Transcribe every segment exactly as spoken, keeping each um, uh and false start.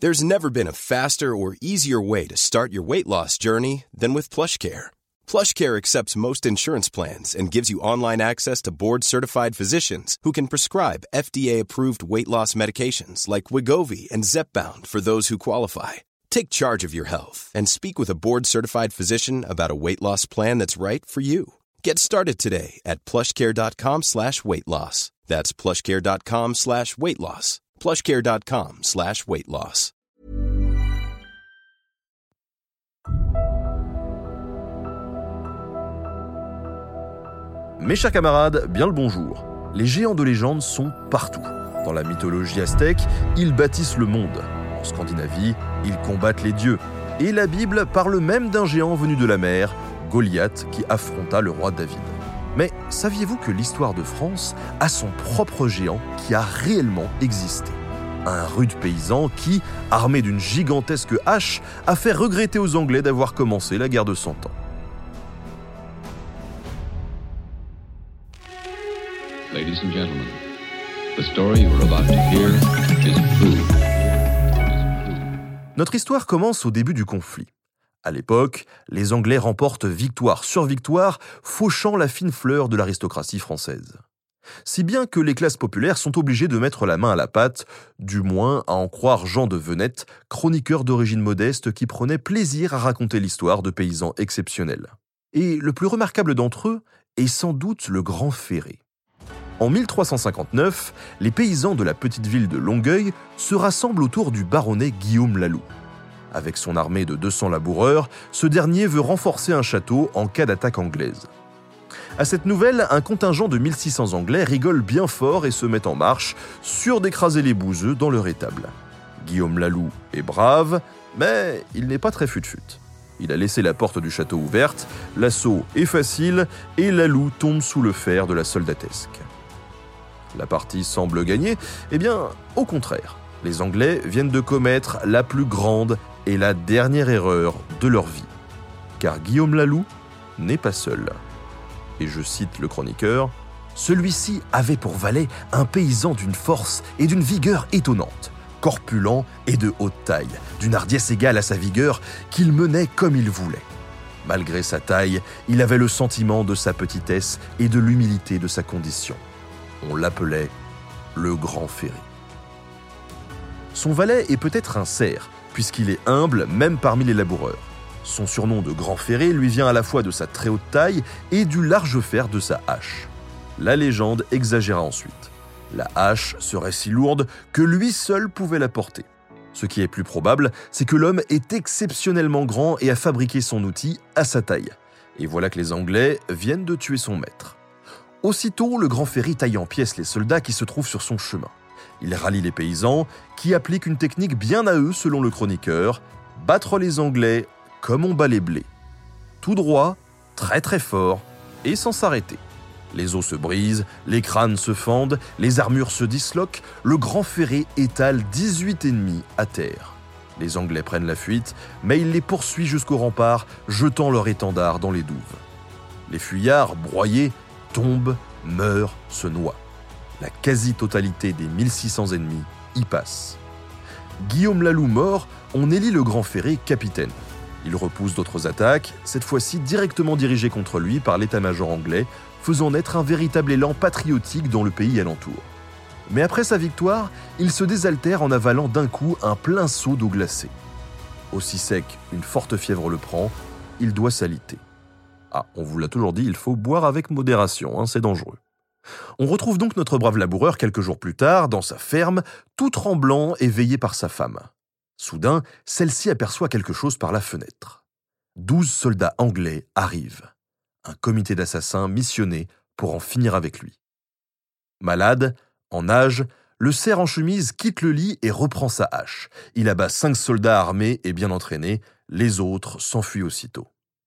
There's never been a faster or easier way to start your weight loss journey than with PlushCare. PlushCare accepts most insurance plans and gives you online access to board-certified physicians who can prescribe F D A-approved weight loss medications like Wegovy and Zepbound for those who qualify. Take charge of your health and speak with a board-certified physician about a weight loss plan that's right for you. Get started today at plushcare.com slash weight loss. That's plushcare.com slash weight loss. plushcare.com slash weight loss. Mes chers camarades, bien le bonjour. Les géants de légende sont partout. Dans la mythologie aztèque, ils bâtissent le monde. En Scandinavie, ils combattent les dieux. Et la Bible parle même d'un géant venu de la mer, Goliath, qui affronta le roi David. Mais saviez-vous que l'histoire de France a son propre géant qui a réellement existé ? Un rude paysan qui, armé d'une gigantesque hache, a fait regretter aux Anglais d'avoir commencé la guerre de Cent Ans. Ladies and gentlemen, the story you're about to hear is true. Notre histoire commence au début du conflit. À l'époque, les Anglais remportent victoire sur victoire, fauchant la fine fleur de l'aristocratie française. Si bien que les classes populaires sont obligées de mettre la main à la pâte, du moins à en croire Jean de Venette, chroniqueur d'origine modeste qui prenait plaisir à raconter l'histoire de paysans exceptionnels. Et le plus remarquable d'entre eux est sans doute le Grand Ferré. En mille trois cent cinquante-neuf, les paysans de la petite ville de Longueuil se rassemblent autour du baronnet Guillaume Laloux. Avec son armée de deux cents laboureurs, ce dernier veut renforcer un château en cas d'attaque anglaise. À cette nouvelle, un contingent de mille six cents Anglais rigole bien fort et se met en marche, sûr d'écraser les bouseux dans leur étable. Guillaume Laloux est brave, mais il n'est pas très fut-fut. Il a laissé la porte du château ouverte, l'assaut est facile et Laloux tombe sous le fer de la soldatesque. La partie semble gagnée, eh bien, au contraire. Les Anglais viennent de commettre la plus grande et la dernière erreur de leur vie. Car Guillaume Laloux n'est pas seul. Et je cite le chroniqueur, « Celui-ci avait pour valet un paysan d'une force et d'une vigueur étonnantes, corpulent et de haute taille, d'une hardiesse égale à sa vigueur qu'il menait comme il voulait. Malgré sa taille, il avait le sentiment de sa petitesse et de l'humilité de sa condition. On l'appelait le Grand Ferré. » Son valet est peut-être un cerf, puisqu'il est humble même parmi les laboureurs. Son surnom de Grand Ferré lui vient à la fois de sa très haute taille et du large fer de sa hache. La légende exagéra ensuite. La hache serait si lourde que lui seul pouvait la porter. Ce qui est plus probable, c'est que l'homme est exceptionnellement grand et a fabriqué son outil à sa taille. Et voilà que les Anglais viennent de tuer son maître. Aussitôt, le Grand Ferré taille en pièces les soldats qui se trouvent sur son chemin. Il rallie les paysans, qui appliquent une technique bien à eux selon le chroniqueur, battre les Anglais comme on bat les blés. Tout droit, très très fort, et sans s'arrêter. Les os se brisent, les crânes se fendent, les armures se disloquent, le Grand Ferré étale dix-huit ennemis à terre. Les Anglais prennent la fuite, mais il les poursuit jusqu'au rempart, jetant leur étendard dans les douves. Les fuyards, broyés, tombent, meurent, se noient. La quasi-totalité des mille six cents ennemis y passe. Guillaume Laloux mort, on élit le Grand Ferré capitaine. Il repousse d'autres attaques, cette fois-ci directement dirigées contre lui par l'état-major anglais, faisant naître un véritable élan patriotique dans le pays alentour. Mais après sa victoire, il se désaltère en avalant d'un coup un plein seau d'eau glacée. Aussi sec, une forte fièvre le prend, il doit s'aliter. Ah, on vous l'a toujours dit, il faut boire avec modération, hein, c'est dangereux. On retrouve donc notre brave laboureur quelques jours plus tard, dans sa ferme, tout tremblant et veillé par sa femme. Soudain, celle-ci aperçoit quelque chose par la fenêtre. Douze soldats anglais arrivent. Un comité d'assassins missionné pour en finir avec lui. Malade, en nage, le cerf en chemise quitte le lit et reprend sa hache. Il abat cinq soldats armés et bien entraînés, les autres s'enfuient aussitôt.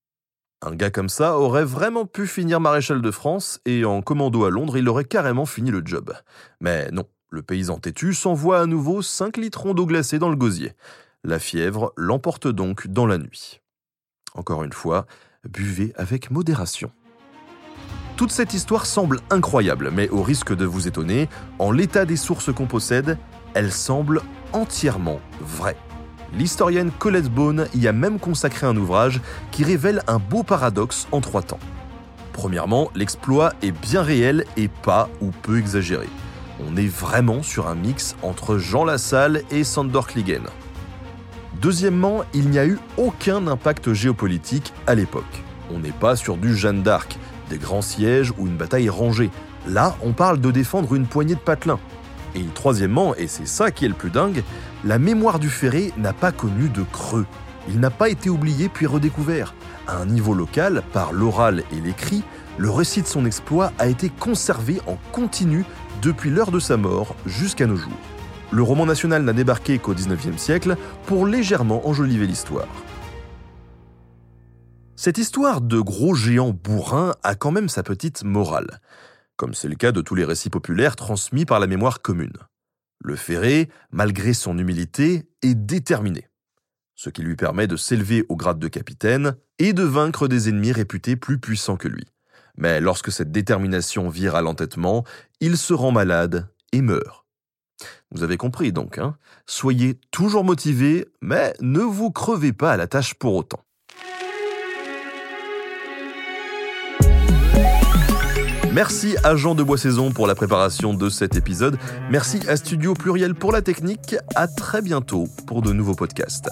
Un gars comme ça aurait vraiment pu finir maréchal de France et en commando à Londres, il aurait carrément fini le job. Mais non, le paysan têtu s'envoie à nouveau cinq litrons d'eau glacée dans le gosier. La fièvre l'emporte donc dans la nuit. Encore une fois, buvez avec modération. Toute cette histoire semble incroyable, mais au risque de vous étonner, en l'état des sources qu'on possède, elle semble entièrement vraie. L'historienne Colette Beaune y a même consacré un ouvrage qui révèle un beau paradoxe en trois temps. Premièrement, l'exploit est bien réel et pas ou peu exagéré. On est vraiment sur un mix entre Jean Lassalle et Sándor Cligén. Deuxièmement, il n'y a eu aucun impact géopolitique à l'époque. On n'est pas sur du Jeanne d'Arc, des grands sièges ou une bataille rangée. Là, on parle de défendre une poignée de patelins. Et troisièmement, et c'est ça qui est le plus dingue, la mémoire du Ferré n'a pas connu de creux. Il n'a pas été oublié puis redécouvert. À un niveau local, par l'oral et l'écrit, le récit de son exploit a été conservé en continu depuis l'heure de sa mort jusqu'à nos jours. Le roman national n'a débarqué qu'au dix-neuvième siècle pour légèrement enjoliver l'histoire. Cette histoire de gros géants bourrins a quand même sa petite morale, comme c'est le cas de tous les récits populaires transmis par la mémoire commune. Le Ferré, malgré son humilité, est déterminé, ce qui lui permet de s'élever au grade de capitaine et de vaincre des ennemis réputés plus puissants que lui. Mais lorsque cette détermination vire à l'entêtement, il se rend malade et meurt. Vous avez compris donc, hein ? Soyez toujours motivés, mais ne vous crevez pas à la tâche pour autant. Merci à Jean de Boissaison pour la préparation de cet épisode. Merci à Studio Pluriel pour la technique. À très bientôt pour de nouveaux podcasts.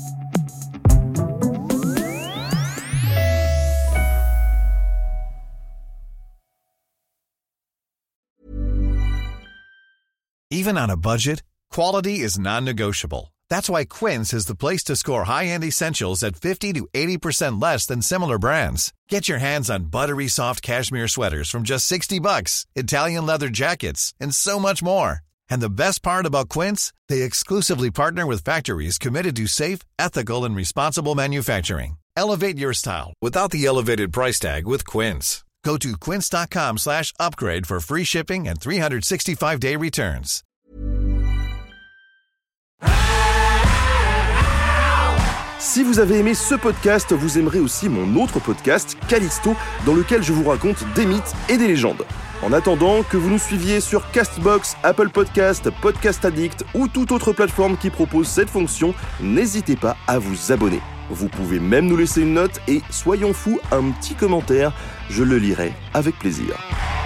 Even on a budget, quality is non-negotiable. That's why Quince is the place to score high-end essentials at fifty to eighty percent less than similar brands. Get your hands on buttery soft cashmere sweaters from just sixty bucks, Italian leather jackets, and so much more. And the best part about Quince, they exclusively partner with factories committed to safe, ethical, and responsible manufacturing. Elevate your style without the elevated price tag with Quince. Go to quince.com slash upgrade for free shipping and three sixty-five day returns. Si vous avez aimé ce podcast, vous aimerez aussi mon autre podcast, Callisto, dans lequel je vous raconte des mythes et des légendes. En attendant, que vous nous suiviez sur Castbox, Apple Podcast, Podcast Addict ou toute autre plateforme qui propose cette fonction, n'hésitez pas à vous abonner. Vous pouvez même nous laisser une note et, soyons fous, un petit commentaire, je le lirai avec plaisir.